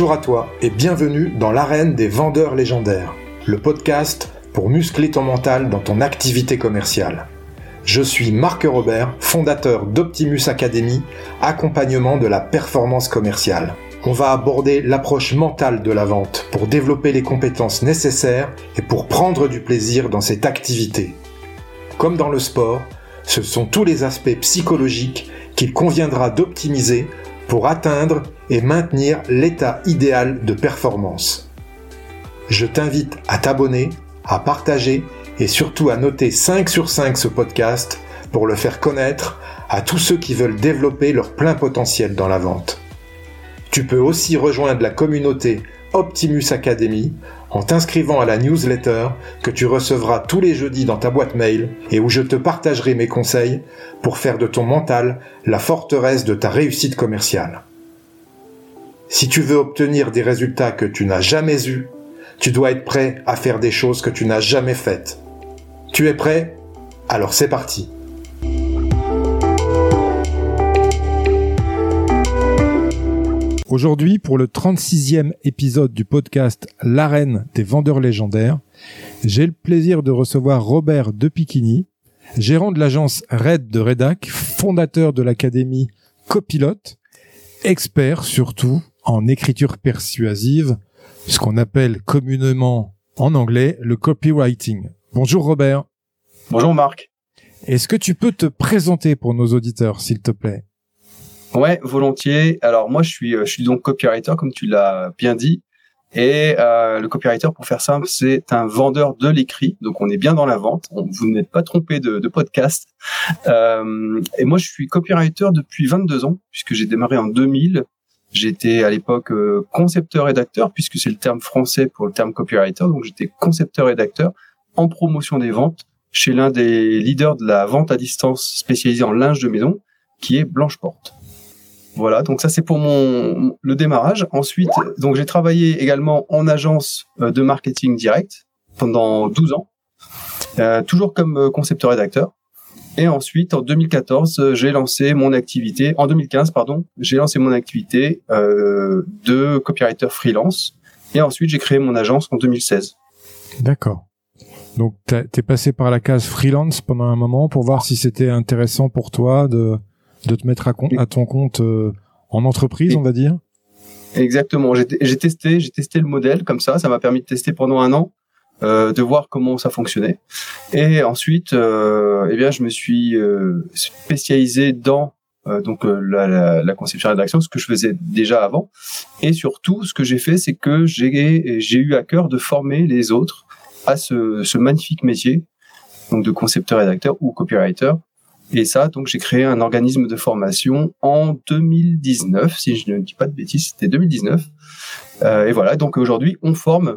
Bonjour à toi et bienvenue dans l'arène des vendeurs légendaires, le podcast pour muscler ton mental dans ton activité commerciale. Je suis Marc Robert, fondateur d'Optimus Academy, accompagnement de la performance commerciale. On va aborder l'approche mentale de la vente pour développer les compétences nécessaires et pour prendre du plaisir dans cette activité. Comme dans le sport, ce sont tous les aspects psychologiques qu'il conviendra d'optimiser pour atteindre et maintenir l'état idéal de performance. Je t'invite à t'abonner, à partager et surtout à noter 5 sur 5 ce podcast pour le faire connaître à tous ceux qui veulent développer leur plein potentiel dans la vente. Tu peux aussi rejoindre la communauté Optimus Academy en t'inscrivant à la newsletter que tu recevras tous les jeudis dans ta boîte mail et où je te partagerai mes conseils pour faire de ton mental la forteresse de ta réussite commerciale. Si tu veux obtenir des résultats que tu n'as jamais eus, tu dois être prêt à faire des choses que tu n'as jamais faites. Tu es prêt ? Alors c'est parti. Aujourd'hui, pour le 36e épisode du podcast L'arène des vendeurs légendaires, j'ai le plaisir de recevoir Robert Depiquigny, gérant de l'agence Red de Redac, fondateur de l'académie Copilote, expert surtout en écriture persuasive, ce qu'on appelle communément en anglais le copywriting. Bonjour Robert. Bonjour Marc. Est-ce que tu peux te présenter pour nos auditeurs, s'il te plaît ? Ouais, volontiers. Alors moi, je suis donc copywriter, comme tu l'as bien dit. Et le copywriter, pour faire simple, c'est un vendeur de l'écrit. Donc on est bien dans la vente. Vous n'êtes pas trompé de podcast. Et moi, je suis copywriter depuis 22 ans, puisque j'ai démarré en 2000. J'étais à l'époque concepteur-rédacteur, puisque c'est le terme français pour le terme copywriter. Donc j'étais concepteur-rédacteur en promotion des ventes chez l'un des leaders de la vente à distance spécialisée en linge de maison, qui est Blanche-Porte. Voilà, donc ça c'est pour le démarrage. Ensuite, donc j'ai travaillé également en agence de marketing direct pendant 12 ans, toujours comme concepteur-rédacteur. Et ensuite, en 2014, j'ai lancé mon activité. En 2015, pardon, j'ai lancé mon activité de copywriter freelance. Et ensuite, j'ai créé mon agence en 2016. D'accord. Donc, t'es passé par la case freelance pendant un moment pour voir si c'était intéressant pour toi de te mettre à ton compte en entreprise, on va dire. Exactement. J'ai testé le modèle comme ça. Ça m'a permis de tester pendant un an, de voir comment ça fonctionnait. Et ensuite, je me suis spécialisé dans la conception et la rédaction, ce que je faisais déjà avant. Et surtout, ce que j'ai fait, c'est que j'ai eu à cœur de former les autres à ce magnifique métier, donc de concepteur-rédacteur ou copywriter. Et ça, donc, j'ai créé un organisme de formation en 2019, si je ne dis pas de bêtises, c'était 2019. Et voilà, donc aujourd'hui, on forme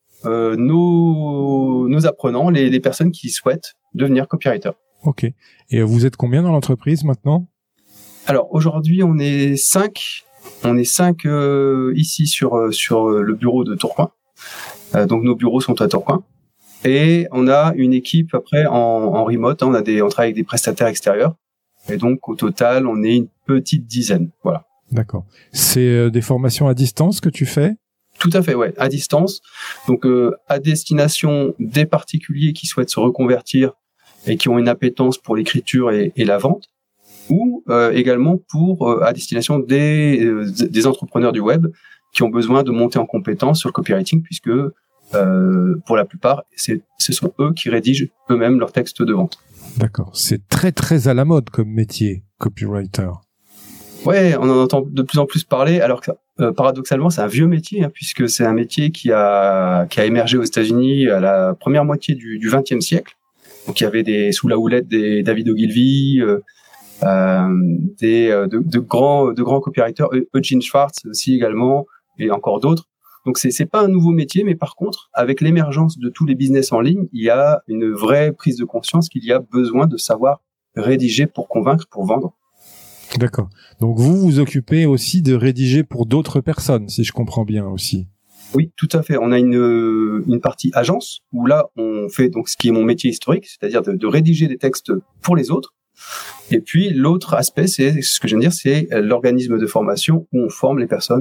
nos apprenants, les personnes qui souhaitent devenir copywriter. Ok. Et vous êtes combien dans l'entreprise maintenant ? Alors aujourd'hui, on est 5. On est 5 ici sur le bureau de Tourcoing. Donc nos bureaux sont à Tourcoing. Et on a une équipe après en remote. On travaille avec des prestataires extérieurs. Et donc au total, on est une petite dizaine. Voilà. D'accord. C'est des formations à distance que tu fais ? Tout à fait, ouais, à distance. Donc à destination des particuliers qui souhaitent se reconvertir et qui ont une appétence pour l'écriture et la vente, ou également à destination des entrepreneurs du web qui ont besoin de monter en compétence sur le copywriting, puisque pour la plupart, ce sont eux qui rédigent eux-mêmes leurs textes de vente. D'accord. C'est très très à la mode comme métier, copywriter. Ouais, on en entend de plus en plus parler, alors que paradoxalement, c'est un vieux métier, puisque c'est un métier qui a émergé aux États-Unis à la première moitié du XXe siècle. Donc il y avait sous la houlette des David Ogilvy, de grands copywriters, Eugene Schwartz aussi également, et encore d'autres. Donc c'est pas un nouveau métier, mais par contre, avec l'émergence de tous les business en ligne, il y a une vraie prise de conscience qu'il y a besoin de savoir rédiger pour convaincre, pour vendre. D'accord. Donc vous vous occupez aussi de rédiger pour d'autres personnes, si je comprends bien aussi. Oui, tout à fait. On a une partie agence où là, on fait donc ce qui est mon métier historique, c'est-à-dire de rédiger des textes pour les autres. Et puis l'autre aspect, c'est ce que je viens de dire, c'est l'organisme de formation où on forme les personnes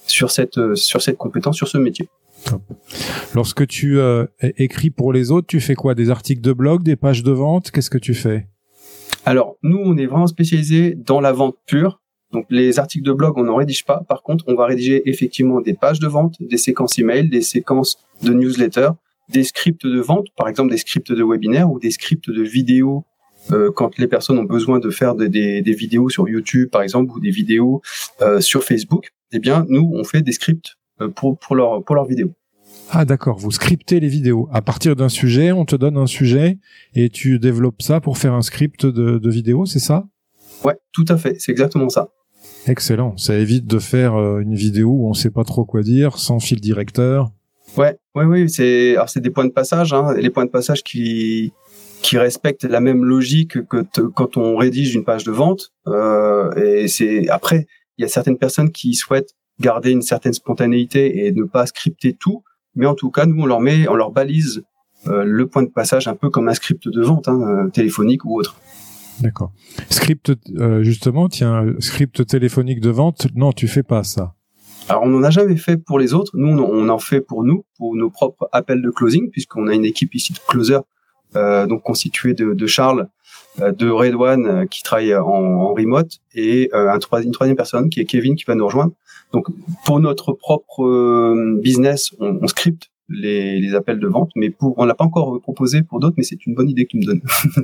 sur cette compétence, sur ce métier. Top. Lorsque tu écris pour les autres, tu fais quoi? Des articles de blog, des pages de vente? Qu'est-ce que tu fais? Alors, nous, on est vraiment spécialisé dans la vente pure. Donc, les articles de blog, on n'en rédige pas. Par contre, on va rédiger effectivement des pages de vente, des séquences email, des séquences de newsletter, des scripts de vente, par exemple des scripts de webinaire ou des scripts de vidéos quand les personnes ont besoin de faire des vidéos sur YouTube, par exemple, ou des vidéos sur Facebook. Eh bien, nous, on fait des scripts pour leurs vidéos. Ah d'accord, vous scriptez les vidéos. À partir d'un sujet, on te donne un sujet et tu développes ça pour faire un script de vidéo, c'est ça? Ouais, tout à fait, c'est exactement ça. Excellent, ça évite de faire une vidéo où on sait pas trop quoi dire, sans fil directeur. Oui, c'est des points de passage, hein, les points de passage qui respectent la même logique que quand on rédige une page de vente. Après, il y a certaines personnes qui souhaitent garder une certaine spontanéité et ne pas scripter tout. Mais en tout cas, nous, on leur balise le point de passage un peu comme un script de vente, téléphonique ou autre. D'accord. Script, justement, tiens, script téléphonique de vente, non, tu fais pas ça. Alors, on n'en a jamais fait pour les autres. Nous, on en fait pour nos propres appels de closing, puisqu'on a une équipe ici de closers, donc constituée de Charles, de Redouane, qui travaille en remote, et une troisième personne qui est Kevin, qui va nous rejoindre. Donc, pour notre propre business, on scripte les appels de vente, mais on l'a pas encore proposé pour d'autres, mais c'est une bonne idée que tu me donnes.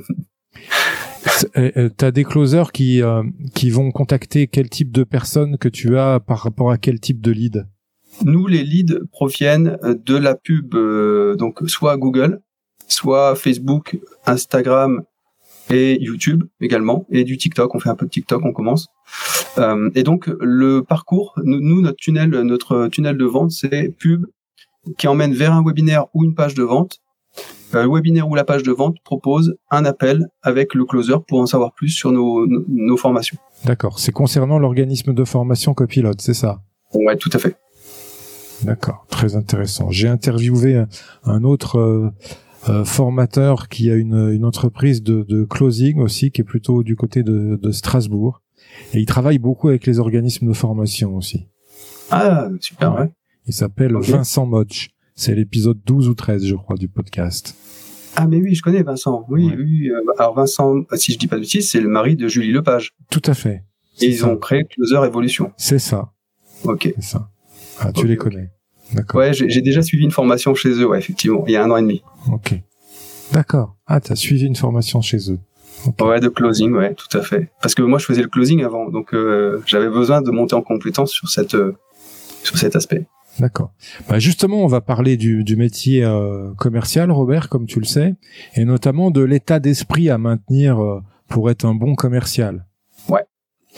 T'as des closers qui vont contacter quel type de personnes que tu as par rapport à quel type de lead? Nous, les leads proviennent de la pub, donc soit Google, soit Facebook, Instagram et YouTube également, et du TikTok. On fait un peu de TikTok, on commence. Et donc le parcours, nous notre tunnel de vente, c'est pub qui emmène vers un webinaire ou une page de vente. Le webinaire ou la page de vente propose un appel avec le closer pour en savoir plus sur nos formations. D'accord. C'est concernant l'organisme de formation Copilote, c'est ça? Ouais, tout à fait. D'accord. Très intéressant. J'ai interviewé un autre formateur qui a une entreprise de closing aussi, qui est plutôt du côté de Strasbourg. Et il travaille beaucoup avec les organismes de formation aussi. Ah, super, ouais. Il s'appelle Vincent Moch. C'est l'épisode 12 ou 13, je crois, du podcast. Ah, mais oui, je connais Vincent. Oui. Alors, Vincent, si je dis pas de bêtises, c'est le mari de Julie Lepage. Tout à fait. Et ils ont créé Closer Evolution. C'est ça. Ok. C'est ça. Ah, tu les connais. D'accord. Ouais, j'ai déjà suivi une formation chez eux, ouais, effectivement, il y a 1 an et demi. Ok. D'accord. Ah, t'as suivi une formation chez eux. Okay. Ouais, de closing, ouais, tout à fait. Parce que moi, je faisais le closing avant, donc j'avais besoin de monter en compétence sur cet aspect. D'accord. Bah justement, on va parler du métier commercial, Robert, comme tu le sais, et notamment de l'état d'esprit à maintenir pour être un bon commercial. Ouais.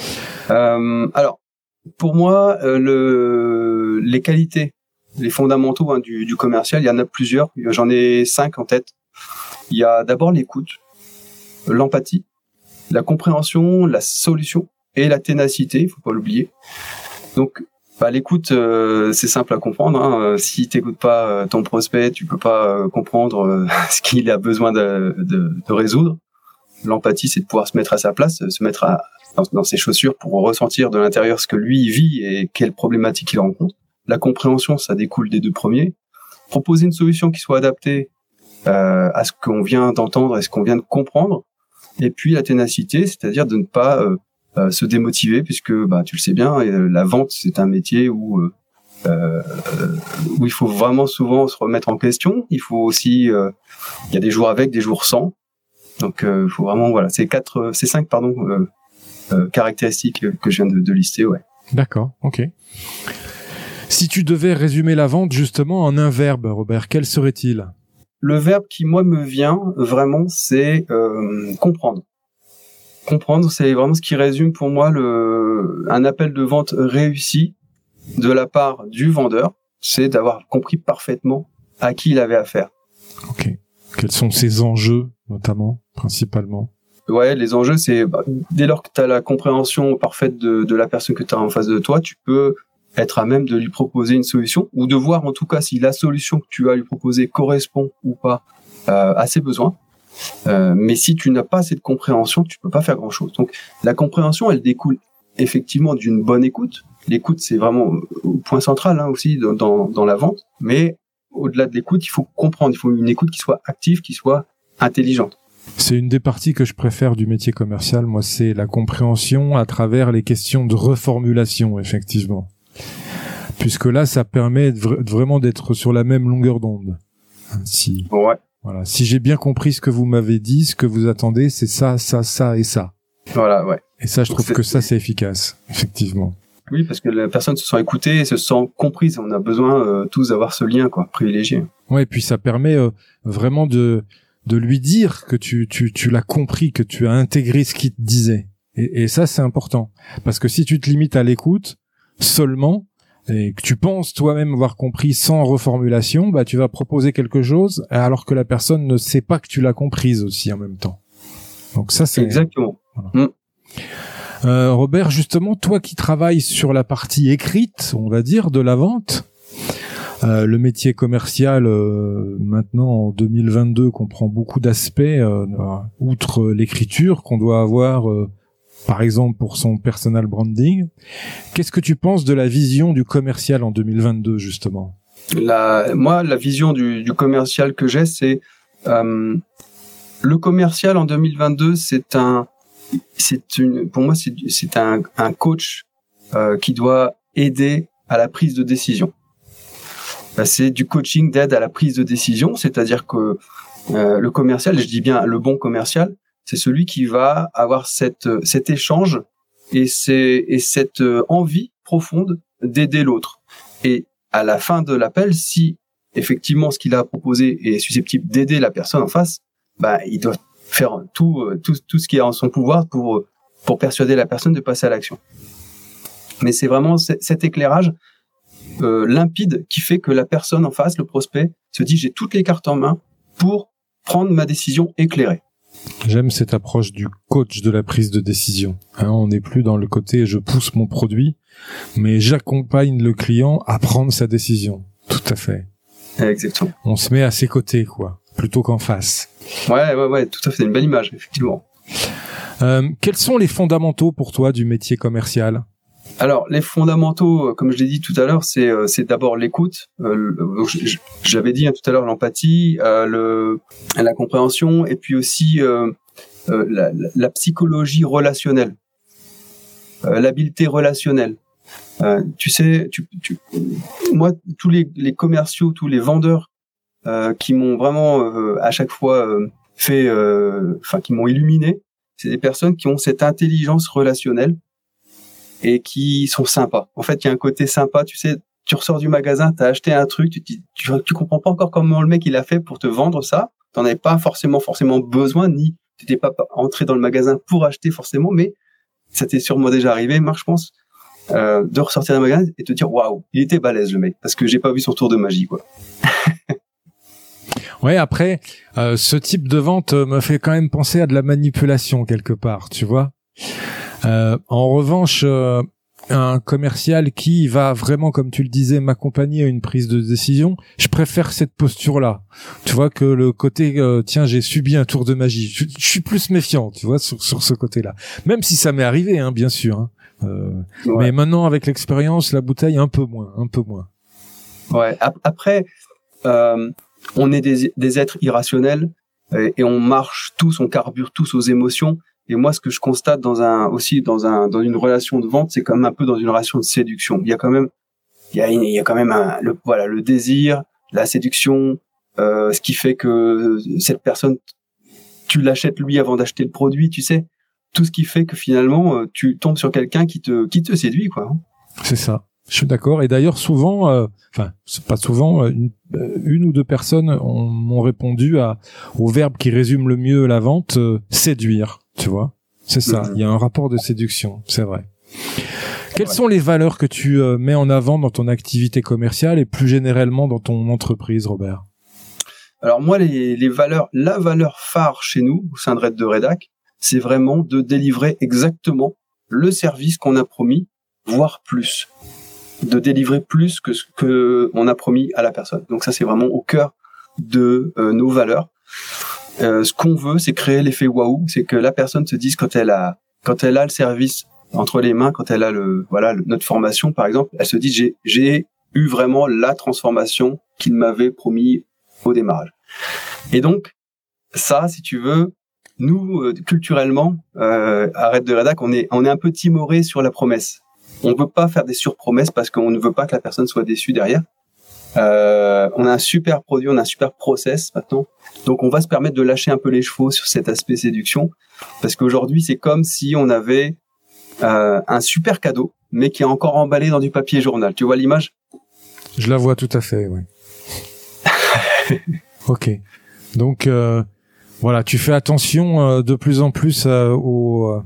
Alors, pour moi, les qualités, les fondamentaux du commercial, il y en a plusieurs. J'en ai 5 en tête. Il y a d'abord l'écoute, l'empathie, la compréhension, la solution et la ténacité. Il faut pas l'oublier. Donc, l'écoute, c'est simple à comprendre. Si t'écoutes pas ton prospect, tu peux pas comprendre ce qu'il a besoin de résoudre. L'empathie, c'est de pouvoir se mettre à sa place, se mettre dans ses chaussures pour ressentir de l'intérieur ce que lui vit et quelles problématiques il rencontre. La compréhension, ça découle des 2 premiers. Proposer une solution qui soit adaptée à ce qu'on vient d'entendre et ce qu'on vient de comprendre. Et puis la ténacité, c'est-à-dire de ne pas se démotiver, puisque tu le sais bien, la vente, c'est un métier où il faut vraiment souvent se remettre en question. Il faut aussi, il y a des jours avec, des jours sans. Donc, il faut vraiment, ces 5 caractéristiques que je viens de lister, ouais. D'accord, ok. Si tu devais résumer la vente justement en un verbe, Robert, quel serait-il? Le verbe qui, moi, me vient vraiment, c'est comprendre. Comprendre, c'est vraiment ce qui résume pour moi un appel de vente réussi de la part du vendeur, c'est d'avoir compris parfaitement à qui il avait affaire. Ok. Quels sont ses enjeux, notamment, principalement? Ouais, les enjeux, c'est dès lors que tu as la compréhension parfaite de la personne que tu as en face de toi, tu peux être à même de lui proposer une solution ou de voir en tout cas si la solution que tu vas lui proposer correspond ou pas à ses besoins. Mais si tu n'as pas cette compréhension, tu peux pas faire grand-chose. Donc la compréhension, elle découle effectivement d'une bonne écoute, l'écoute, c'est vraiment au point central aussi dans la vente. Mais au-delà de l'écoute, il faut comprendre. Il faut une écoute qui soit active, qui soit intelligente. C'est une des parties que je préfère du métier commercial. Moi, c'est la compréhension à travers les questions de reformulation, effectivement. Puisque là, ça permet vraiment d'être sur la même longueur d'onde. Voilà. Si j'ai bien compris ce que vous m'avez dit, ce que vous attendez, c'est ça, ça, ça et ça. Voilà, ouais. Et ça, je trouve que ça, c'est efficace, effectivement. Oui, parce que la personne se sent écoutée, se sent comprise. On a besoin tous d'avoir ce lien, privilégié. Ouais, et puis ça permet vraiment de lui dire que tu l'as compris, que tu as intégré ce qu'il te disait. Et ça, c'est important. Parce que si tu te limites à l'écoute seulement, et que tu penses toi-même avoir compris sans reformulation, bah tu vas proposer quelque chose alors que la personne ne sait pas que tu l'as comprise aussi en même temps. Donc ça, c'est... Exactement. Voilà. Robert, justement, toi qui travailles sur la partie écrite, on va dire, de la vente, le métier commercial, maintenant en 2022, comprend beaucoup d'aspects, outre l'écriture qu'on doit avoir, par exemple, pour son personal branding. Qu'est-ce que tu penses de la vision du commercial en 2022, justement ? Moi, la vision du commercial que j'ai, c'est... le commercial en 2022, pour moi, c'est un coach qui doit aider à la prise de décision. C'est du coaching d'aide à la prise de décision, c'est-à-dire que le commercial, je dis bien le bon commercial, c'est celui qui va avoir cet échange et cette envie profonde d'aider l'autre. Et à la fin de l'appel, si effectivement ce qu'il a proposé est susceptible d'aider la personne en face, il doit faire tout ce qui est en son pouvoir pour persuader la personne de passer à l'action. Mais c'est vraiment cet éclairage limpide qui fait que la personne en face, le prospect, se dit j'ai toutes les cartes en main pour prendre ma décision éclairée. J'aime cette approche du coach de la prise de décision. On n'est plus dans le côté je pousse mon produit, mais j'accompagne le client à prendre sa décision. Tout à fait. Exactement. On se met à ses côtés, plutôt qu'en face. Ouais, tout à fait. C'est une belle image, effectivement. Quels sont les fondamentaux pour toi du métier commercial ? Alors, les fondamentaux, comme je l'ai dit tout à l'heure, c'est d'abord l'écoute. J'avais dit tout à l'heure l'empathie, la compréhension, et puis aussi la psychologie relationnelle, l'habileté relationnelle. Moi, tous les commerciaux, tous les vendeurs qui m'ont vraiment à chaque fois qui m'ont illuminé, c'est des personnes qui ont cette intelligence relationnelle et qui sont sympas. En fait, il y a un côté sympa, tu ressors du magasin, t'as acheté un truc, tu comprends pas encore comment le mec il a fait pour te vendre ça, t'en avais pas forcément besoin, ni t'étais pas entré dans le magasin pour acheter forcément, mais ça t'est sûrement déjà arrivé, Marc, je pense, de ressortir d'un magasin et te dire waouh, il était balèze le mec, parce que j'ai pas vu son tour de magie, Ouais, après, ce type de vente me fait quand même penser à de la manipulation quelque part, tu vois. En revanche, un commercial qui va vraiment, comme tu le disais, m'accompagner à une prise de décision, je préfère cette posture-là. Tu vois, que le côté tiens, j'ai subi un tour de magie. Je suis plus méfiant, tu vois, sur ce côté-là. Même si ça m'est arrivé, bien sûr. Mais maintenant, avec l'expérience, la bouteille, un peu moins. Ouais. Après, on est des êtres irrationnels et on marche tous, on carbure tous aux émotions. Et moi, ce que je constate dans une relation de vente, c'est comme un peu dans une relation de séduction. Il y a quand même le désir, la séduction, ce qui fait que cette personne, tu l'achètes lui avant d'acheter le produit, tu sais. Tout ce qui fait que finalement, tu tombes sur quelqu'un qui te séduit, C'est ça. Je suis d'accord. Et d'ailleurs, souvent, c'est pas souvent, une ou deux personnes m'ont répondu au verbe qui résume le mieux la vente, séduire. Tu vois, c'est ça. Il y a un rapport de séduction, c'est vrai. Quelles sont les valeurs que tu mets en avant dans ton activité commerciale et plus généralement dans ton entreprise, Robert ? Alors moi, les valeurs, la valeur phare chez nous, au sein de Red de Redac, c'est vraiment de délivrer exactement le service qu'on a promis, voire plus. De délivrer plus que ce qu'on a promis à la personne. Donc ça, c'est vraiment au cœur de nos valeurs. Ce qu'on veut, c'est créer l'effet waouh, c'est que la personne se dise quand elle a le service entre les mains quand elle a notre formation, par exemple, elle se dit j'ai eu vraiment la transformation qu'il m'avait promis au démarrage. Et donc, ça, si tu veux, nous, culturellement, à Red de Redac, on est un peu timoré sur la promesse. On veut pas faire des surpromesses parce qu'on ne veut pas que la personne soit déçue derrière. On a un super produit, on a un super process maintenant. Donc, on va se permettre de lâcher un peu les chevaux sur cet aspect séduction. Parce qu'aujourd'hui, c'est comme si on avait un super cadeau, mais qui est encore emballé dans du papier journal. Tu vois l'image ? Je la vois tout à fait, oui. Ok. Donc, voilà, tu fais attention de plus en plus au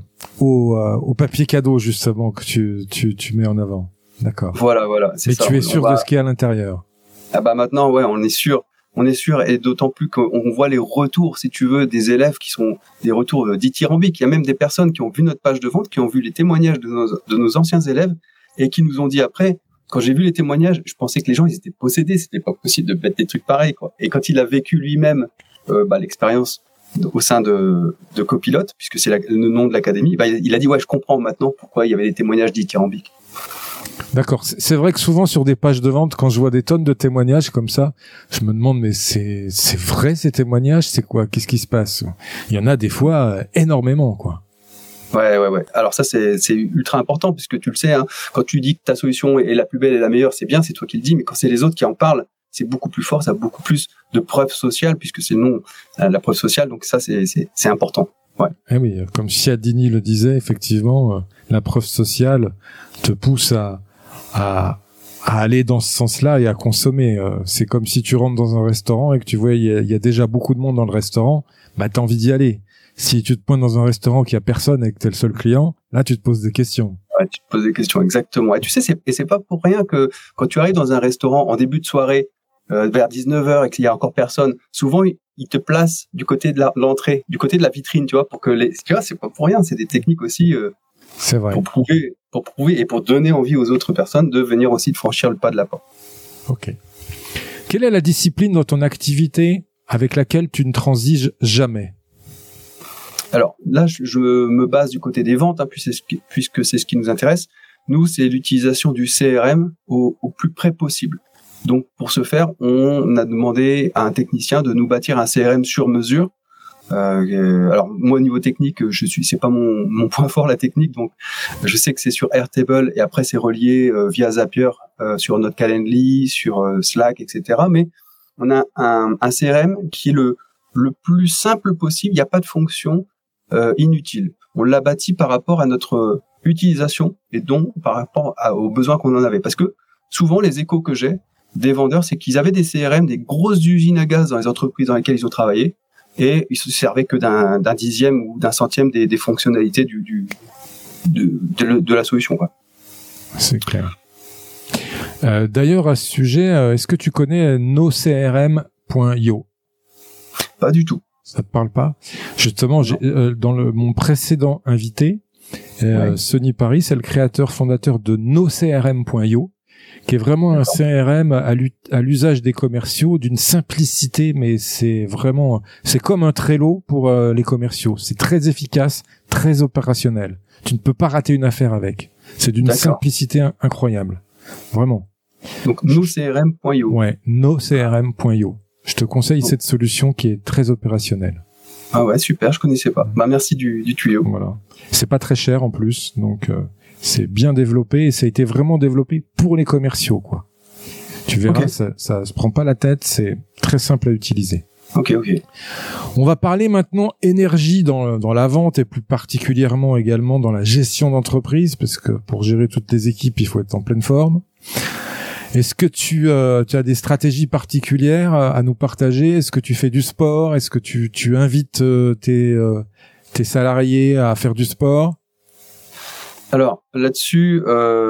papier cadeau, justement, que tu mets en avant. D'accord. Voilà, c'est mais ça. Mais tu es sûr de ce qu'il y a à l'intérieur. Ah bah maintenant, ouais, on est sûr, et d'autant plus qu'on voit les retours, si tu veux, des élèves qui sont des retours dithyrambiques. Il y a même des personnes qui ont vu notre page de vente, qui ont vu les témoignages de nos anciens élèves et qui nous ont dit après, quand j'ai vu les témoignages, je pensais que les gens, ils étaient possédés, c'était pas possible de mettre des trucs pareils, quoi. Et quand il a vécu lui-même l'expérience au sein de Copilote, puisque c'est le nom de l'académie, il a dit, ouais, je comprends maintenant pourquoi il y avait des témoignages dithyrambiques. D'accord. C'est vrai que souvent sur des pages de vente, quand je vois des tonnes de témoignages comme ça, je me demande, mais c'est vrai ces témoignages? C'est quoi? Qu'est-ce qui se passe? Il y en a des fois énormément, quoi. Ouais. Alors ça, c'est ultra important, puisque tu le sais, hein, quand tu dis que ta solution est la plus belle et la meilleure, c'est bien, c'est toi qui le dis, mais quand c'est les autres qui en parlent, c'est beaucoup plus fort, ça a beaucoup plus de preuves sociales, puisque c'est le nom, la preuve sociale, donc ça, c'est important. Ouais. Eh oui, comme Cialdini le disait, effectivement, la preuve sociale te pousse à aller dans ce sens-là et à consommer. C'est comme si tu rentres dans un restaurant et que tu vois il y a déjà beaucoup de monde dans le restaurant, bah t'as envie d'y aller. Si tu te pointes dans un restaurant qui a personne et que t'es le seul client, là tu te poses des questions. Ouais, tu te poses des questions, exactement. Et tu sais, c'est pas pour rien que quand tu arrives dans un restaurant en début de soirée, vers 19h et qu'il y a encore personne, souvent ils te placent du côté de l'entrée, du côté de la vitrine, tu vois, pour que tu vois, c'est pas pour rien, c'est des techniques aussi. C'est vrai. Pour prouver et pour donner envie aux autres personnes de venir aussi de franchir le pas de la porte. Ok. Quelle est la discipline dans ton activité avec laquelle tu ne transiges jamais? Alors là, je me base du côté des ventes, hein, puisque c'est ce qui nous intéresse. Nous, c'est l'utilisation du CRM au plus près possible. Donc, pour ce faire, on a demandé à un technicien de nous bâtir un CRM sur mesure. Alors moi, au niveau technique, c'est pas mon point fort, la technique, donc je sais que c'est sur Airtable et après c'est relié via Zapier sur notre Calendly, sur Slack, etc. Mais on a un CRM qui est le plus simple possible. Il n'y a pas de fonction inutile. On l'a bâti par rapport à notre utilisation et donc par rapport aux besoins qu'on en avait. Parce que souvent, les échos que j'ai des vendeurs, c'est qu'ils avaient des CRM, des grosses usines à gaz dans les entreprises dans lesquelles ils ont travaillé, et ils se servaient que d'un dixième ou d'un centième des fonctionnalités de la solution, quoi. C'est clair. D'ailleurs, à ce sujet, est-ce que tu connais nocrm.io? Pas du tout. Ça te parle pas? Justement, dans mon précédent invité, Sonny Paris, c'est le fondateur de nocrm.io, qui est vraiment un CRM à l'usage des commerciaux, d'une simplicité, mais c'est comme un Trello pour les commerciaux. C'est très efficace, très opérationnel. Tu ne peux pas rater une affaire avec. C'est d'une simplicité incroyable. Vraiment. Donc, nocrm.io. Ouais, nocrm.io. Je te conseille cette solution qui est très opérationnelle. Ah ouais, super, je connaissais pas. Bah, merci du tuyau. Voilà. C'est pas très cher en plus, donc, c'est bien développé et ça a été vraiment développé pour les commerciaux, quoi. Tu verras, ça se prend pas la tête, c'est très simple à utiliser. Ok. On va parler maintenant énergie dans la vente et plus particulièrement également dans la gestion d'entreprise, parce que pour gérer toutes les équipes, il faut être en pleine forme. Est-ce que tu as des stratégies particulières à nous partager? Est-ce que tu fais du sport? Est-ce que tu invites tes salariés à faire du sport? Alors là-dessus,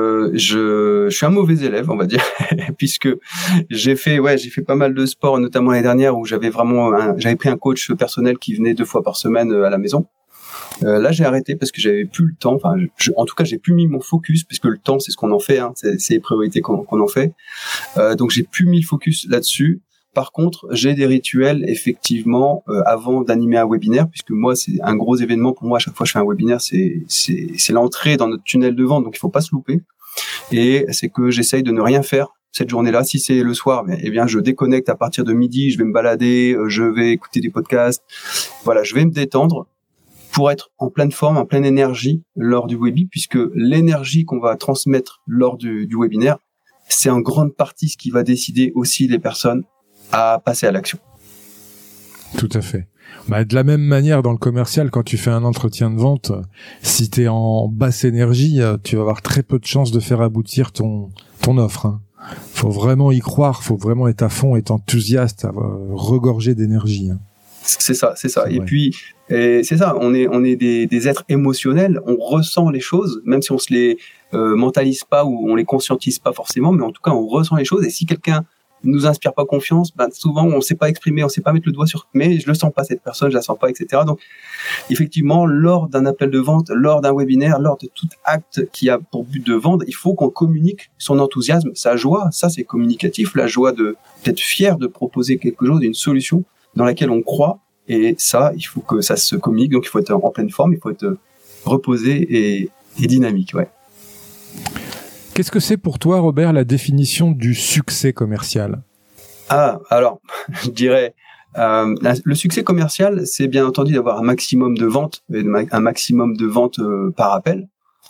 je suis un mauvais élève, on va dire, puisque j'ai fait pas mal de sport, notamment l'année dernière où j'avais pris un coach personnel qui venait 2 fois par semaine à la maison. Là, j'ai arrêté parce que j'avais plus le temps. Enfin, en tout cas, j'ai plus mis mon focus, parce que le temps, c'est ce qu'on en fait, hein, c'est les priorités qu'on en fait. Donc, j'ai plus mis le focus là-dessus. Par contre, j'ai des rituels effectivement avant d'animer un webinaire, puisque moi c'est un gros événement pour moi. À chaque fois que je fais un webinaire, c'est l'entrée dans notre tunnel de vente, donc il faut pas se louper. Et c'est que j'essaye de ne rien faire cette journée-là. Si c'est le soir, eh bien je déconnecte à partir de midi. Je vais me balader, je vais écouter des podcasts. Voilà, je vais me détendre pour être en pleine forme, en pleine énergie lors du webi, puisque l'énergie qu'on va transmettre lors du webinaire, c'est en grande partie ce qui va décider aussi les personnes à passer à l'action. Tout à fait. De la même manière, dans le commercial, quand tu fais un entretien de vente, si tu es en basse énergie, tu vas avoir très peu de chances de faire aboutir ton offre. Hein. Faut vraiment y croire, faut vraiment être à fond, être enthousiaste, regorger d'énergie. Hein. C'est ça. Et puis, c'est ça, on est des êtres émotionnels, on ressent les choses, même si on se les mentalise pas ou on les conscientise pas forcément, mais en tout cas, on ressent les choses. Et si quelqu'un nous inspire pas confiance, souvent on sait pas exprimer, on sait pas mettre le doigt sur, mais je le sens pas cette personne, je la sens pas, etc. Donc, effectivement, lors d'un appel de vente, lors d'un webinaire, lors de tout acte qui a pour but de vendre, il faut qu'on communique son enthousiasme, sa joie. Ça, c'est communicatif, la joie d'être fier de proposer quelque chose, une solution dans laquelle on croit. Et ça, il faut que ça se communique. Donc, il faut être en pleine forme, il faut être reposé et dynamique, ouais. Qu'est-ce que c'est pour toi, Robert, la définition du succès commercial ? Alors, je dirais, le succès commercial, c'est bien entendu d'avoir un maximum de ventes, un maximum de ventes par appel.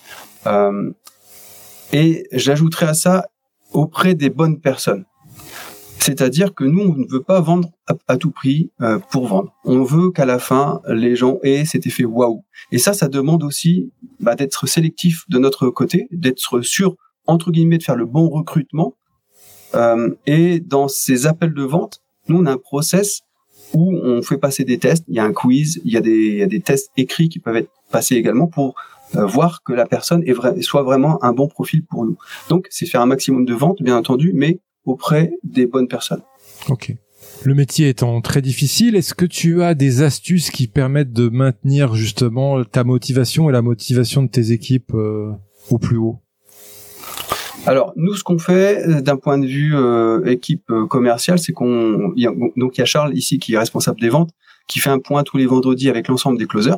Et j'ajouterais à ça auprès des bonnes personnes. C'est-à-dire que nous, on ne veut pas vendre à tout prix pour vendre. On veut qu'à la fin, les gens aient cet effet waouh. Et ça demande aussi d'être sélectif de notre côté, d'être sûr, entre guillemets, de faire le bon recrutement. Et dans ces appels de vente, nous, on a un process où on fait passer des tests. Il y a un quiz, il y a des tests écrits qui peuvent être passés également pour voir que la personne soit vraiment un bon profil pour nous. Donc, c'est faire un maximum de ventes, bien entendu, mais auprès des bonnes personnes. Ok. Le métier étant très difficile, est-ce que tu as des astuces qui permettent de maintenir justement ta motivation et la motivation de tes équipes au plus haut ? Alors, nous, ce qu'on fait d'un point de vue équipe commerciale, c'est il y a Charles ici qui est responsable des ventes, qui fait un point tous les vendredis avec l'ensemble des closers.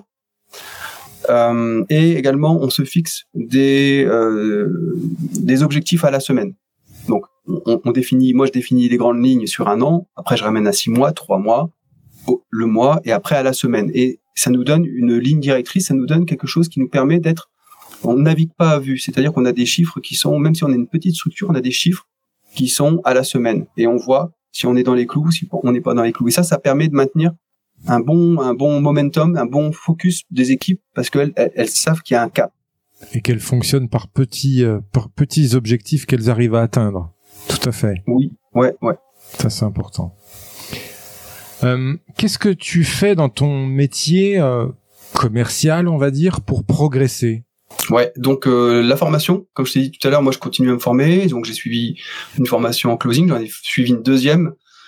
Et également, on se fixe des objectifs à la semaine. Donc, moi, je définis les grandes lignes sur un an. Après, je ramène à 6 mois, 3 mois, le mois, et après à la semaine. Et ça nous donne une ligne directrice, ça nous donne quelque chose qui nous permet on navigue pas à vue. C'est-à-dire qu'on a des chiffres qui sont, même si on est une petite structure, on a des chiffres qui sont à la semaine. Et on voit si on est dans les clous, si on n'est pas dans les clous. Et ça permet de maintenir un bon momentum, un bon focus des équipes, parce qu'elles savent qu'il y a un cap. Et qu'elles fonctionnent par petits objectifs qu'elles arrivent à atteindre. Tout à fait. Oui, ouais. Ça, c'est important. Qu'est-ce que tu fais dans ton métier commercial, on va dire, pour progresser ? Ouais, donc la formation, comme je t'ai dit tout à l'heure, moi je continue à me former, donc j'ai suivi une formation en closing, j'en ai suivi une deuxième,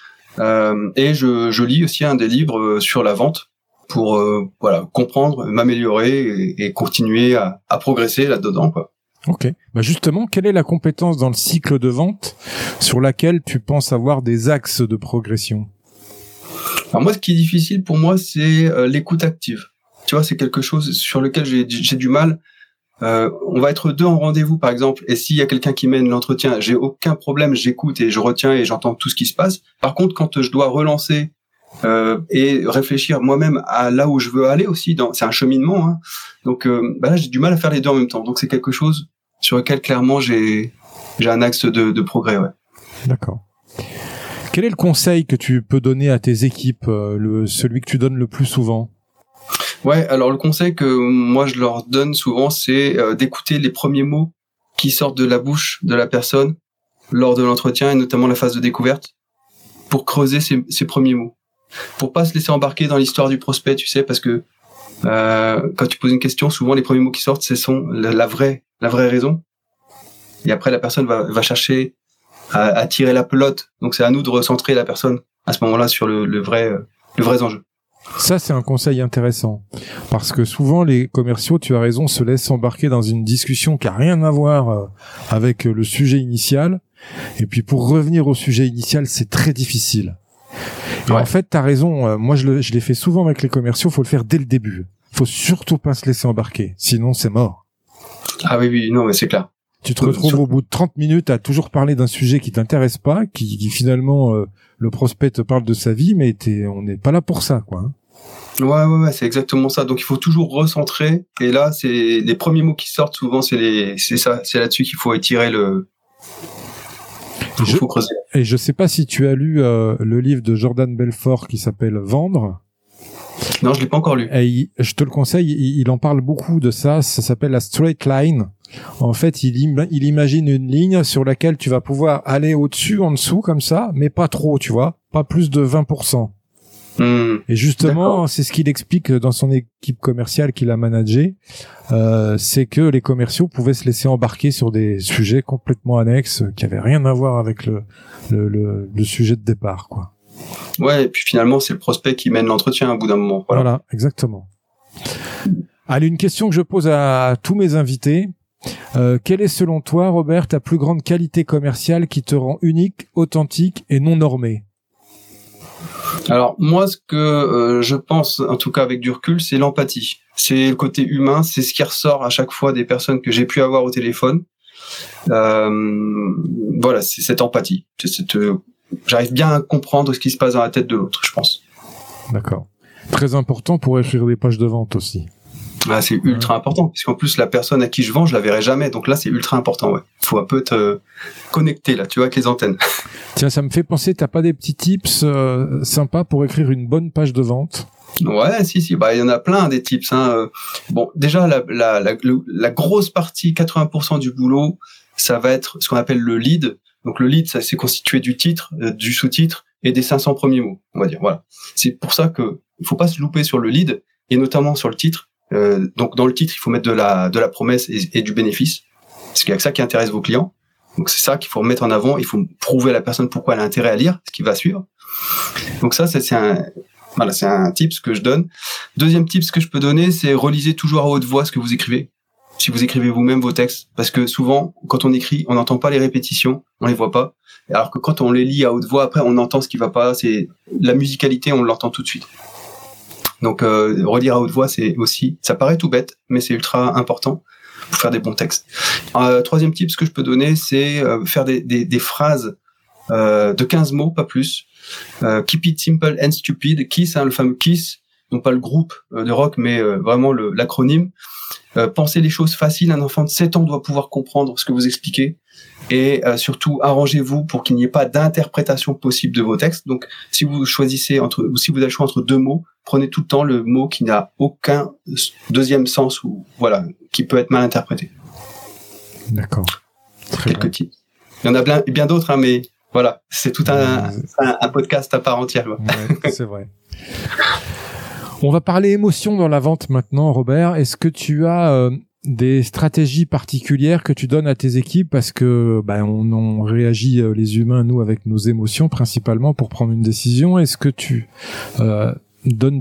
et je lis aussi des livres sur la vente pour comprendre, m'améliorer et continuer à progresser là-dedans, quoi. Ok. Justement, quelle est la compétence dans le cycle de vente sur laquelle tu penses avoir des axes de progression ? Alors moi, ce qui est difficile pour moi, c'est l'écoute active. Tu vois, c'est quelque chose sur lequel j'ai du mal. On va être 2 en rendez-vous, par exemple, et s'il y a quelqu'un qui mène l'entretien, j'ai aucun problème, j'écoute et je retiens et j'entends tout ce qui se passe. Par contre, quand je dois relancer et réfléchir moi-même à là où je veux aller aussi, c'est un cheminement, hein. Donc là, j'ai du mal à faire les deux en même temps. Donc c'est quelque chose sur lequel clairement j'ai un axe de progrès, ouais. D'accord. Quel est le conseil que tu peux donner à tes équipes, celui que tu donnes le plus souvent ? Ouais, alors le conseil que moi je leur donne souvent, c'est d'écouter les premiers mots qui sortent de la bouche de la personne lors de l'entretien et notamment la phase de découverte, pour creuser ces premiers mots, pour pas se laisser embarquer dans l'histoire du prospect, tu sais, parce que quand tu poses une question, souvent les premiers mots qui sortent, ce sont la vraie raison, et après la personne va chercher à tirer la pelote. Donc c'est à nous de recentrer la personne à ce moment-là sur le vrai enjeu. Ça, c'est un conseil intéressant. Parce que souvent, les commerciaux, tu as raison, se laissent embarquer dans une discussion qui a rien à voir avec le sujet initial. Et puis, pour revenir au sujet initial, c'est très difficile. Et en fait, t'as raison. Moi, je l'ai fait souvent avec les commerciaux. Faut le faire dès le début. Faut surtout pas se laisser embarquer. Sinon, c'est mort. Ah oui, non, mais c'est clair. Tu te retrouves au bout de 30 minutes à toujours parler d'un sujet qui t'intéresse pas, qui finalement, le prospect te parle de sa vie, mais on n'est pas là pour ça, quoi. Ouais, c'est exactement ça. Donc il faut toujours recentrer. Et là, c'est les premiers mots qui sortent souvent, c'est là-dessus qu'il faut étirer faut creuser. Et je sais pas si tu as lu le livre de Jordan Belfort qui s'appelle Vendre. Non, je l'ai pas encore lu. Et je te le conseille. Il en parle beaucoup de ça. Ça s'appelle la straight line. En fait, il imagine une ligne sur laquelle tu vas pouvoir aller au-dessus, en dessous, comme ça, mais pas trop, tu vois, pas plus de 20%. Et justement, d'accord. C'est ce qu'il explique dans son équipe commerciale qu'il a managée, c'est que les commerciaux pouvaient se laisser embarquer sur des sujets complètement annexes qui avaient rien à voir avec le sujet de départ, quoi. Ouais, et puis finalement, c'est le prospect qui mène l'entretien au bout d'un moment. Voilà, exactement. Allez, une question que je pose à tous mes invités. Quelle est selon toi, Robert, ta plus grande qualité commerciale qui te rend unique, authentique et non normé ? Alors moi, ce que je pense, en tout cas avec du recul, c'est l'empathie. C'est le côté humain, c'est ce qui ressort à chaque fois des personnes que j'ai pu avoir au téléphone. Voilà, c'est cette empathie. J'arrive bien à comprendre ce qui se passe dans la tête de l'autre, je pense. D'accord. Très important pour écrire des pages de vente aussi. Ah, c'est ultra important, parce qu'en plus, la personne à qui je vends, je la verrai jamais. Donc là, c'est ultra important, ouais. Faut un peu te connecter, là, tu vois, avec les antennes. Tiens, ça me fait penser, t'as pas des petits tips sympas pour écrire une bonne page de vente ? Ouais, si. Bah, il y en a plein, des tips, hein. Bon, déjà, la grosse partie, 80% du boulot, ça va être ce qu'on appelle le lead. Donc le lead, ça c'est constitué du titre, du sous-titre et des 500 premiers mots, on va dire. Voilà. C'est pour ça que il faut pas se louper sur le lead et notamment sur le titre. Donc dans le titre, il faut mettre de la promesse et du bénéfice, parce qu'il y a que ça qui intéresse vos clients. Donc c'est ça qu'il faut mettre en avant. Il faut prouver à la personne pourquoi elle a intérêt à lire ce qui va suivre. Donc ça, c'est un tips que je donne. Deuxième tips que je peux donner, c'est relisez toujours à haute voix ce que vous écrivez. Si vous écrivez vous-même vos textes, parce que souvent, quand on écrit, on n'entend pas les répétitions, on les voit pas. Alors que quand on les lit à haute voix, après, on entend ce qui va pas. C'est la musicalité, on l'entend tout de suite. Donc, relire à haute voix, c'est aussi, ça paraît tout bête, mais c'est ultra important pour faire des bons textes. Troisième tip, ce que je peux donner, c'est faire des phrases de 15 mots, pas plus. Keep it simple and stupid. KISS, le fameux KISS, non pas le groupe de rock, mais vraiment l'acronyme. Pensez les choses faciles. Un enfant de 7 ans doit pouvoir comprendre ce que vous expliquez. Et surtout, arrangez-vous pour qu'il n'y ait pas d'interprétation possible de vos textes. Donc, si vous choisissez si vous avez le choix entre deux mots, prenez tout le temps le mot qui n'a aucun deuxième sens ou voilà, qui peut être mal interprété. D'accord. Quelques tips. Il y en a bien d'autres, hein, mais voilà, c'est tout un podcast à part entière. Ouais, c'est vrai. On va parler émotion dans la vente maintenant, Robert. Est-ce que tu as des stratégies particulières que tu donnes à tes équipes parce que on réagit les humains nous avec nos émotions principalement pour prendre une décision. Est-ce que tu donnes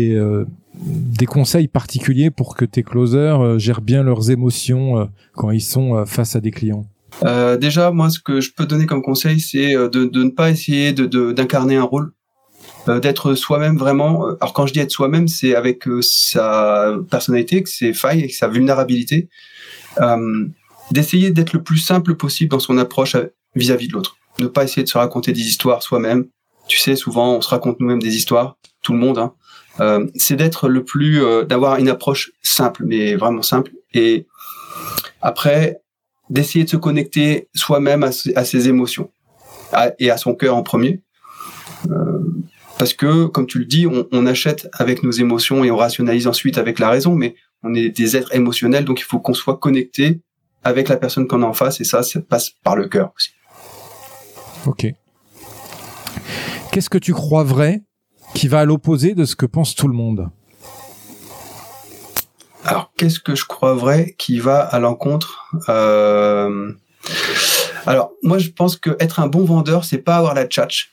des conseils particuliers pour que tes closers gèrent bien leurs émotions quand ils sont face à des clients? Déjà, moi, ce que je peux donner comme conseil, c'est de ne pas essayer d'incarner un rôle. D'être soi-même vraiment. Alors quand je dis être soi-même, c'est avec sa personnalité, avec ses failles, avec sa vulnérabilité. D'essayer d'être le plus simple possible dans son approche vis-à-vis de l'autre. Ne pas essayer de se raconter des histoires soi-même. Tu sais, souvent on se raconte nous-mêmes des histoires, tout le monde. Hein. C'est d'être le plus, d'avoir une approche simple, mais vraiment simple. Et après, d'essayer de se connecter soi-même à ses émotions et à son cœur en premier. Parce que, comme tu le dis, on achète avec nos émotions et on rationalise ensuite avec la raison, mais on est des êtres émotionnels, donc il faut qu'on soit connecté avec la personne qu'on a en face, et ça passe par le cœur aussi. Ok. Qu'est-ce que tu crois vrai qui va à l'opposé de ce que pense tout le monde ? Alors, qu'est-ce que je crois vrai qui va à l'encontre Alors, moi, je pense que être un bon vendeur, c'est pas avoir la tchatche.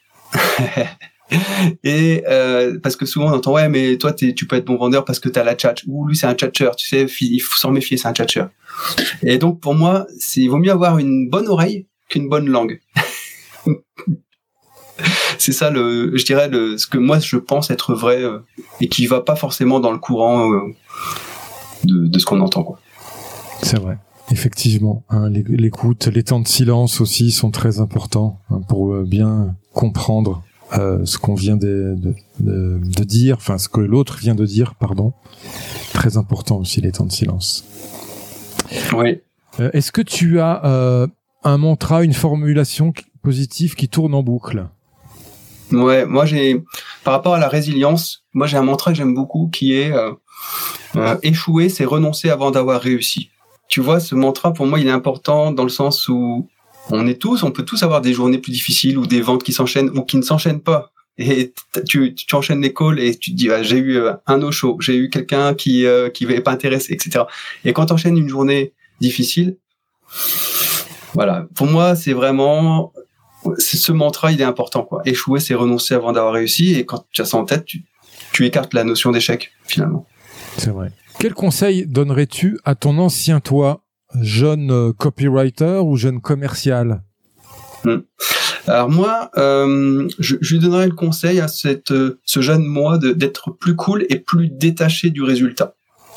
Et parce que souvent on entend ouais mais toi tu peux être bon vendeur parce que t'as la tchatche ou lui c'est un tchatcheur, tu sais, il faut s'en méfier, c'est un tchatcheur. Et donc pour moi il vaut mieux avoir une bonne oreille qu'une bonne langue. c'est ça je dirais ce que moi je pense être vrai et qui va pas forcément dans le courant de ce qu'on entend, quoi. C'est vrai. Effectivement, hein, l'écoute, les temps de silence aussi sont très importants, hein, pour bien comprendre ce qu'on vient de dire, enfin ce que l'autre vient de dire, pardon. Très important aussi les temps de silence. Oui. Est-ce que tu as un mantra, une formulation positive qui tourne en boucle? Ouais, moi par rapport à la résilience, moi j'ai un mantra que j'aime beaucoup qui est échouer, c'est renoncer avant d'avoir réussi. Tu vois, ce mantra, pour moi, il est important dans le sens où on peut tous avoir des journées plus difficiles ou des ventes qui s'enchaînent ou qui ne s'enchaînent pas. Et tu enchaînes les calls et tu te dis, j'ai eu un no-show, j'ai eu quelqu'un qui n'avait pas intéressé, etc. Et quand tu enchaînes une journée difficile, voilà. Pour moi, c'est ce mantra, il est important, quoi. Échouer, c'est renoncer avant d'avoir réussi. Et quand tu as ça en tête, tu écartes la notion d'échec, finalement. C'est vrai. Quel conseil donnerais-tu à ton ancien toi, jeune copywriter ou jeune commercial? Alors moi, je lui donnerais le conseil à ce jeune moi d'être plus cool et plus détaché du résultat.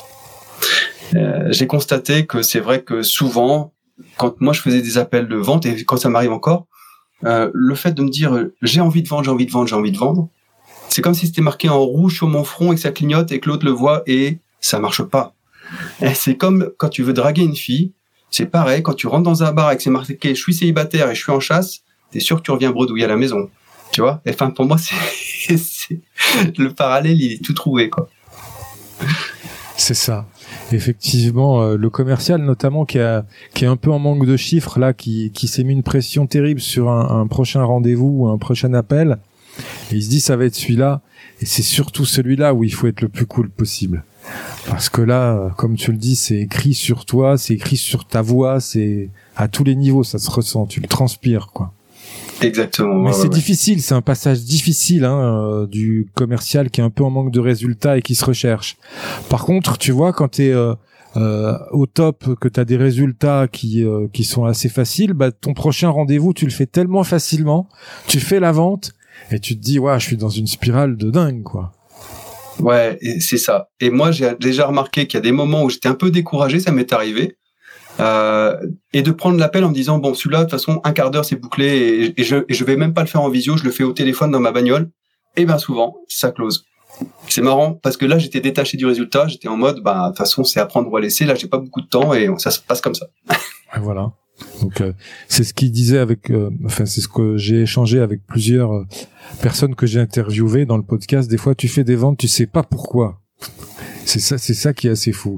J'ai constaté que c'est vrai que souvent, quand moi je faisais des appels de vente et quand ça m'arrive encore, le fait de me dire j'ai envie de vendre, c'est comme si c'était marqué en rouge sur mon front et que ça clignote et que l'autre le voit et ça marche pas. Et c'est comme quand tu veux draguer une fille, c'est pareil, quand tu rentres dans un bar et que c'est marqué je suis célibataire et je suis en chasse, t'es sûr que tu reviens bredouiller à la maison. Tu vois? Et enfin, pour moi, c'est le parallèle, il est tout trouvé, quoi. C'est ça. Effectivement, le commercial notamment qui est un peu en manque de chiffres là, qui s'est mis une pression terrible sur un prochain rendez-vous ou un prochain appel, et il se dit ça va être celui-là, et c'est surtout celui-là où il faut être le plus cool possible. Parce que là, comme tu le dis, c'est écrit sur toi, c'est écrit sur ta voix, c'est à tous les niveaux, ça se ressent, tu le transpires, quoi. Exactement. Mais c'est difficile, c'est un passage difficile, hein, du commercial qui est un peu en manque de résultats et qui se recherche. Par contre, tu vois, quand t'es au top, que t'as des résultats qui sont assez faciles, bah ton prochain rendez-vous, tu le fais tellement facilement, tu fais la vente et tu te dis ouais, je suis dans une spirale de dingue, quoi. Ouais, et c'est ça. Et moi, j'ai déjà remarqué qu'il y a des moments où j'étais un peu découragé, ça m'est arrivé. Et de prendre l'appel en me disant bon, celui-là de toute façon un quart d'heure c'est bouclé et je vais même pas le faire en visio, je le fais au téléphone dans ma bagnole, et ben souvent ça close. C'est marrant parce que là j'étais détaché du résultat, j'étais en mode bah de toute façon c'est à prendre ou à laisser, là j'ai pas beaucoup de temps et ça se passe comme ça. Voilà. Donc c'est ce qu'il disait c'est ce que j'ai échangé avec plusieurs personnes que j'ai interviewées dans le podcast. Des fois tu fais des ventes, tu sais pas pourquoi. C'est ça qui est assez fou.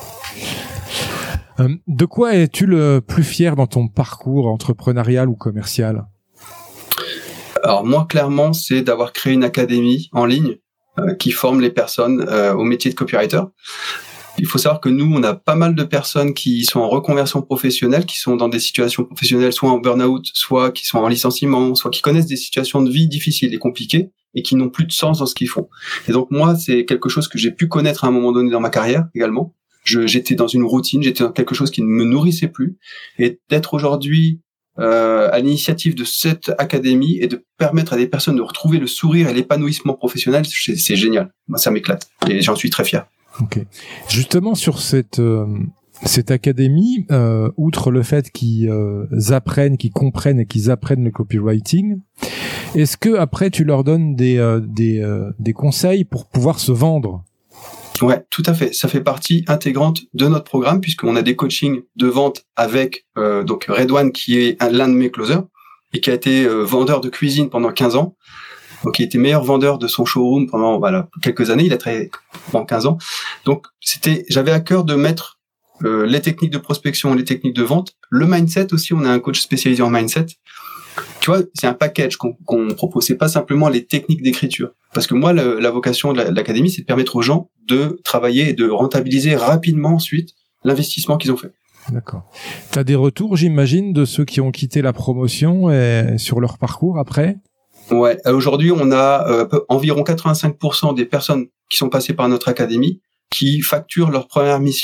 De quoi es-tu le plus fier dans ton parcours entrepreneurial ou commercial? Alors moi, clairement, c'est d'avoir créé une académie en ligne qui forme les personnes au métier de copywriter. Il faut savoir que nous, on a pas mal de personnes qui sont en reconversion professionnelle, qui sont dans des situations professionnelles, soit en burn-out, soit qui sont en licenciement, soit qui connaissent des situations de vie difficiles et compliquées et qui n'ont plus de sens dans ce qu'ils font. Et donc moi, c'est quelque chose que j'ai pu connaître à un moment donné dans ma carrière également. J'étais dans une routine, j'étais dans quelque chose qui ne me nourrissait plus, et d'être aujourd'hui à l'initiative de cette académie et de permettre à des personnes de retrouver le sourire et l'épanouissement professionnel, c'est génial. Moi, ça m'éclate et j'en suis très fier. Ok. Justement sur cette académie, outre le fait qu'ils apprennent, qu'ils comprennent et qu'ils apprennent le copywriting, est-ce que après tu leur donnes des conseils pour pouvoir se vendre? Ouais, tout à fait. Ça fait partie intégrante de notre programme puisqu'on a des coachings de vente avec donc Redouane qui est l'un de mes closers et qui a été vendeur de cuisine pendant 15 ans. Donc il était meilleur vendeur de son showroom pendant quelques années, il a travaillé pendant 15 ans. Donc j'avais à cœur de mettre les techniques de prospection, les techniques de vente, le mindset aussi, on a un coach spécialisé en mindset. Tu vois, c'est un package qu'on propose, c'est pas simplement les techniques d'écriture. Parce que moi, la vocation de l'académie, c'est de permettre aux gens de travailler et de rentabiliser rapidement ensuite l'investissement qu'ils ont fait. D'accord. T'as des retours, j'imagine, de ceux qui ont quitté la promotion et sur leur parcours après? Ouais, aujourd'hui, on a environ 85% des personnes qui sont passées par notre académie qui facturent leur première mission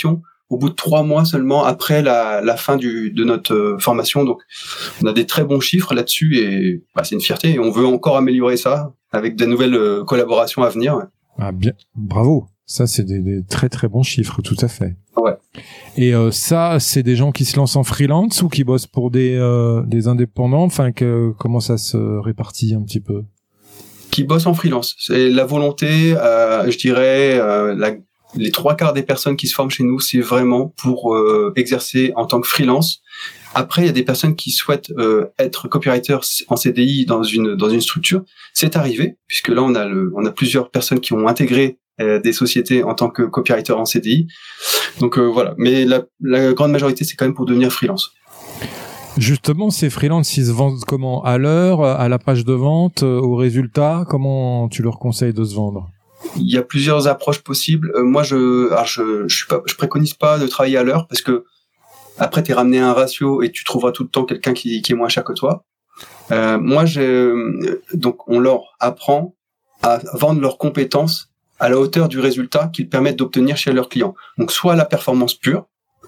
au bout de 3 mois seulement après la fin de notre formation. Donc, on a des très bons chiffres là-dessus et c'est une fierté. Et on veut encore améliorer ça avec de nouvelles collaborations à venir. Ah bien, bravo. Ça, c'est des très très bons chiffres, tout à fait. Ouais. Et ça, c'est des gens qui se lancent en freelance ou qui bossent pour des indépendants. Enfin, comment ça se répartit un petit peu? Qui bossent en freelance. C'est la volonté, je dirais, les 3/4 des personnes qui se forment chez nous, c'est vraiment pour exercer en tant que freelance. Après, il y a des personnes qui souhaitent être copywriter en CDI dans une structure. C'est arrivé, puisque là, on a plusieurs personnes qui ont intégré des sociétés en tant que copywriter en CDI. Donc voilà. Mais la grande majorité, c'est quand même pour devenir freelance. Justement, ces freelances, ils se vendent comment? À l'heure, à la page de vente, au résultat? Comment tu leur conseilles de se vendre? Il y a plusieurs approches possibles. Moi, je préconise pas de travailler à l'heure parce que après, t'es ramené à un ratio et tu trouveras tout le temps quelqu'un qui est moins cher que toi. Donc, on leur apprend à vendre leurs compétences à la hauteur du résultat qu'ils permettent d'obtenir chez leurs clients. Donc, soit la performance pure,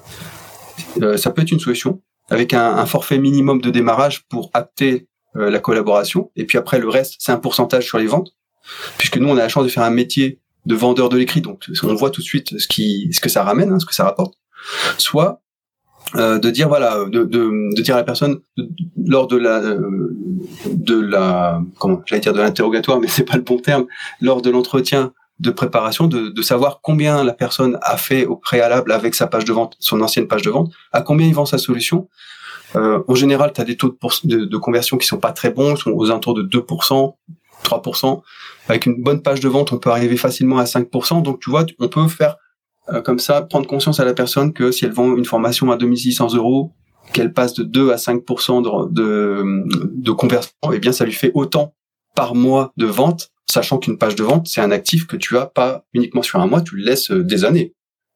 ça peut être une solution, avec un forfait minimum de démarrage pour acter la collaboration. Et puis après, le reste, c'est un pourcentage sur les ventes. Puisque nous, on a la chance de faire un métier de vendeur de l'écrit. Donc, on voit tout de suite ce que ça ramène, ce que ça rapporte. Soit de dire, de dire à la personne, lors de l'interrogatoire, mais c'est pas le bon terme, lors de l'entretien de préparation, de savoir combien la personne a fait au préalable avec sa page de vente, son ancienne page de vente, à combien il vend sa solution. En général, tu as des taux de conversion qui sont pas très bons, ils sont aux alentours de 2%, 3%. Avec une bonne page de vente, on peut arriver facilement à 5%. Donc, tu vois, on peut faire comme ça, prendre conscience à la personne que si elle vend une formation à 2600 €, qu'elle passe de 2 à 5% de conversion, eh bien, ça lui fait autant par mois de vente, sachant qu'une page de vente, c'est un actif que tu as pas uniquement sur un mois, tu le laisses des années.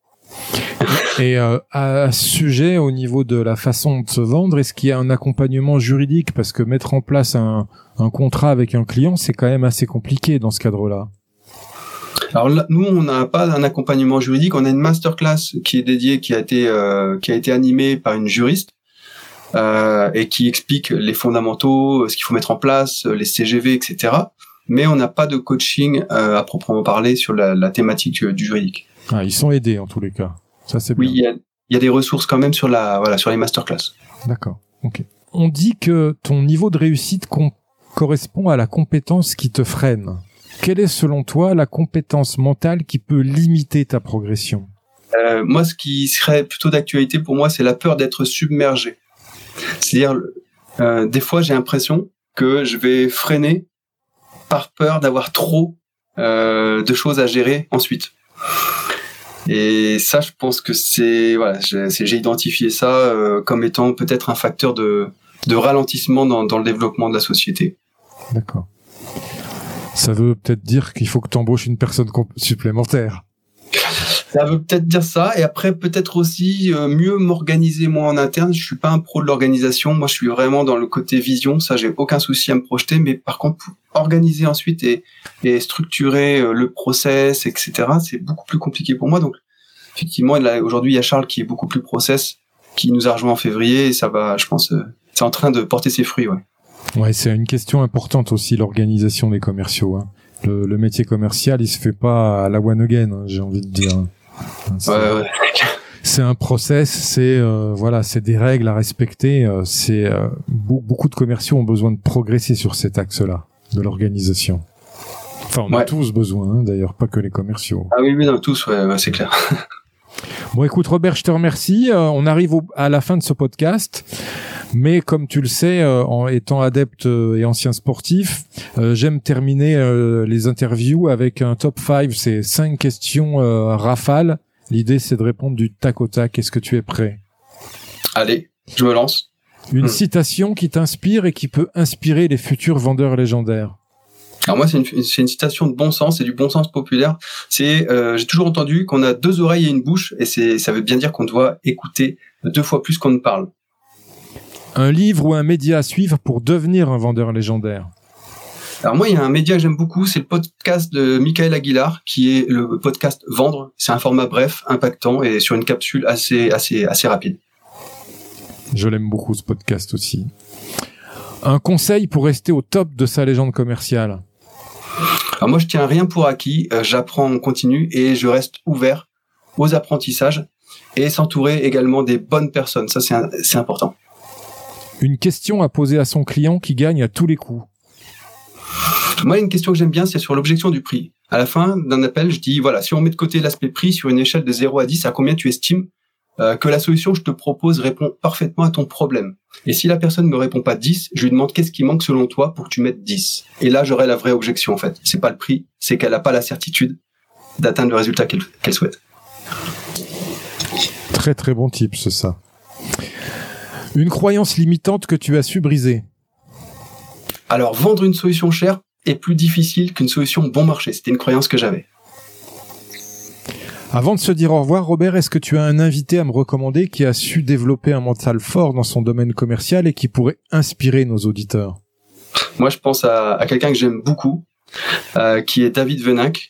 Et à ce sujet, au niveau de la façon de se vendre, est-ce qu'il y a un accompagnement juridique? Parce que mettre en place un contrat avec un client, c'est quand même assez compliqué dans ce cadre-là. Alors là, nous, on n'a pas un accompagnement juridique, on a une masterclass qui est dédiée, qui a été animée par une juriste et qui explique les fondamentaux, ce qu'il faut mettre en place, les CGV, etc. Mais on n'a pas de coaching à proprement parler sur la thématique du juridique. Ah, ils sont aidés en tous les cas. Ça, c'est bien. Oui, il y a des ressources quand même sur les masterclass. D'accord. Ok. On dit que ton niveau de réussite correspond à la compétence qui te freine. Quelle est selon toi la compétence mentale qui peut limiter ta progression? Moi, ce qui serait plutôt d'actualité pour moi, c'est la peur d'être submergé. C'est-à-dire, des fois, j'ai l'impression que je vais freiner par peur d'avoir trop de choses à gérer ensuite. Et ça, je pense que j'ai identifié ça comme étant peut-être un facteur de ralentissement dans le développement de la société. D'accord. Ça veut peut-être dire qu'il faut que tu embauches une personne supplémentaire. Ça veut peut-être dire ça. Et après, peut-être aussi mieux m'organiser moi en interne. Je suis pas un pro de l'organisation. Moi, je suis vraiment dans le côté vision. Ça, j'ai aucun souci à me projeter. Mais par contre, pour organiser ensuite et structurer le process, etc., c'est beaucoup plus compliqué pour moi. Donc, effectivement, là, aujourd'hui, il y a Charles qui est beaucoup plus process, qui nous a rejoint en février. Et ça va, je pense, c'est en train de porter ses fruits, ouais. Ouais, c'est une question importante aussi, l'organisation des commerciaux. Hein. Le métier commercial, il se fait pas à la one again, hein, j'ai envie de dire. Ouais. C'est un process, c'est des règles à respecter. Beaucoup de commerciaux ont besoin de progresser sur cet axe-là de l'organisation. Enfin, on a tous besoin, hein, d'ailleurs, pas que les commerciaux. Ah oui, non, tous, ouais, c'est clair. Bon, écoute, Robert, je te remercie. On arrive à la fin de ce podcast. Mais comme tu le sais, en étant adepte et ancien sportif, j'aime terminer les interviews avec un top 5. C'est 5 questions rafales. L'idée, c'est de répondre du tac au tac. Est-ce que tu es prêt? Allez, je me lance. Une citation qui t'inspire et qui peut inspirer les futurs vendeurs légendaires. Alors moi, c'est une citation de bon sens, c'est du bon sens populaire. C'est j'ai toujours entendu qu'on a 2 oreilles et une bouche, et ça veut bien dire qu'on doit écouter 2 fois plus qu'on ne parle. Un livre ou un média à suivre pour devenir un vendeur légendaire. Alors moi, il y a un média que j'aime beaucoup, c'est le podcast de Michael Aguilar, qui est le podcast Vendre. C'est un format bref, impactant et sur une capsule assez rapide. Je l'aime beaucoup ce podcast aussi. Un conseil pour rester au top de sa légende commerciale? Alors moi, je tiens rien pour acquis, j'apprends en continu et je reste ouvert aux apprentissages et s'entourer également des bonnes personnes. Ça, c'est important. Une question à poser à son client qui gagne à tous les coups. Moi, une question que j'aime bien, c'est sur l'objection du prix. À la fin d'un appel, je dis, voilà, si on met de côté l'aspect prix sur une échelle de 0 à 10, à combien tu estimes que la solution que je te propose répond parfaitement à ton problème? Et si la personne me répond pas 10, je lui demande qu'est-ce qui manque selon toi pour que tu mettes 10. Et là, j'aurai la vraie objection, en fait. C'est pas le prix, c'est qu'elle a pas la certitude d'atteindre le résultat qu'elle souhaite. Très très bon tips, ça. Une croyance limitante que tu as su briser. Alors, vendre une solution chère est plus difficile qu'une solution bon marché. C'était une croyance que j'avais. Avant de se dire au revoir, Robert, est-ce que tu as un invité à me recommander qui a su développer un mental fort dans son domaine commercial et qui pourrait inspirer nos auditeurs? Moi, je pense à quelqu'un que j'aime beaucoup, qui est David Venac,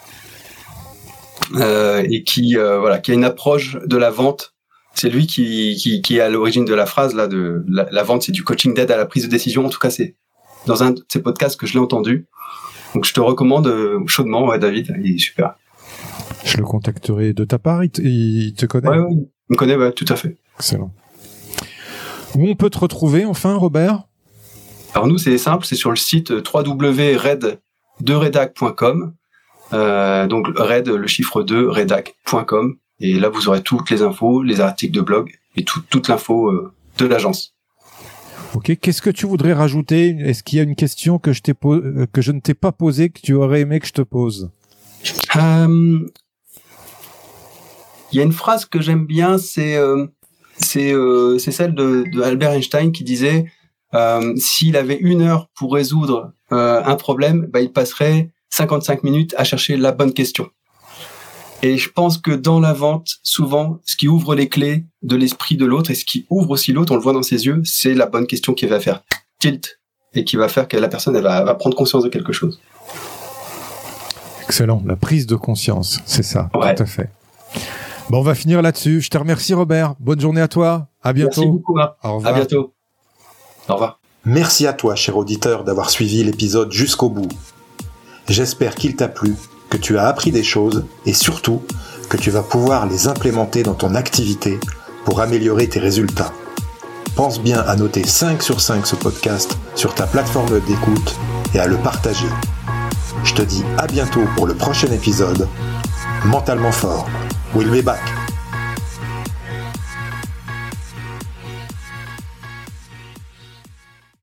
et qui a une approche de la vente. C'est lui qui est à l'origine de la phrase là de la vente, c'est du coaching d'aide à la prise de décision. En tout cas, c'est dans un de ses podcasts que je l'ai entendu. Donc, je te recommande chaudement, David, il est super. Je le contacterai de ta part, il te connaît? Ouais, il me connaît, ouais, tout à fait. Excellent. Où on peut te retrouver, enfin, Robert? Alors nous, c'est simple, c'est sur le site www.red2redac.com. Donc Red, le chiffre 2, redac.com. Et là, vous aurez toutes les infos, les articles de blog et toute l'info de l'agence. Ok, qu'est-ce que tu voudrais rajouter? Est-ce qu'il y a une question que je ne t'ai pas posée, que tu aurais aimé que je te pose? Il y a une phrase que j'aime bien, c'est celle de Albert Einstein qui disait s'il avait 1 heure pour résoudre un problème, il passerait 55 minutes à chercher la bonne question. Et je pense que dans la vente, souvent, ce qui ouvre les clés de l'esprit de l'autre et ce qui ouvre aussi l'autre, on le voit dans ses yeux, c'est la bonne question qui va faire tilt et qui va faire que la personne elle va prendre conscience de quelque chose. Excellent, la prise de conscience, c'est ça, ouais. Tout à fait. Bon, on va finir là-dessus. Je te remercie, Robert. Bonne journée à toi. À bientôt. Merci beaucoup, Marc. Au revoir. À bientôt. Au revoir. Merci à toi, cher auditeur, d'avoir suivi l'épisode jusqu'au bout. J'espère qu'il t'a plu, que tu as appris des choses et surtout que tu vas pouvoir les implémenter dans ton activité pour améliorer tes résultats. Pense bien à noter 5 sur 5 ce podcast sur ta plateforme d'écoute et à le partager. Je te dis à bientôt pour le prochain épisode. Mentalement fort. We'll be back.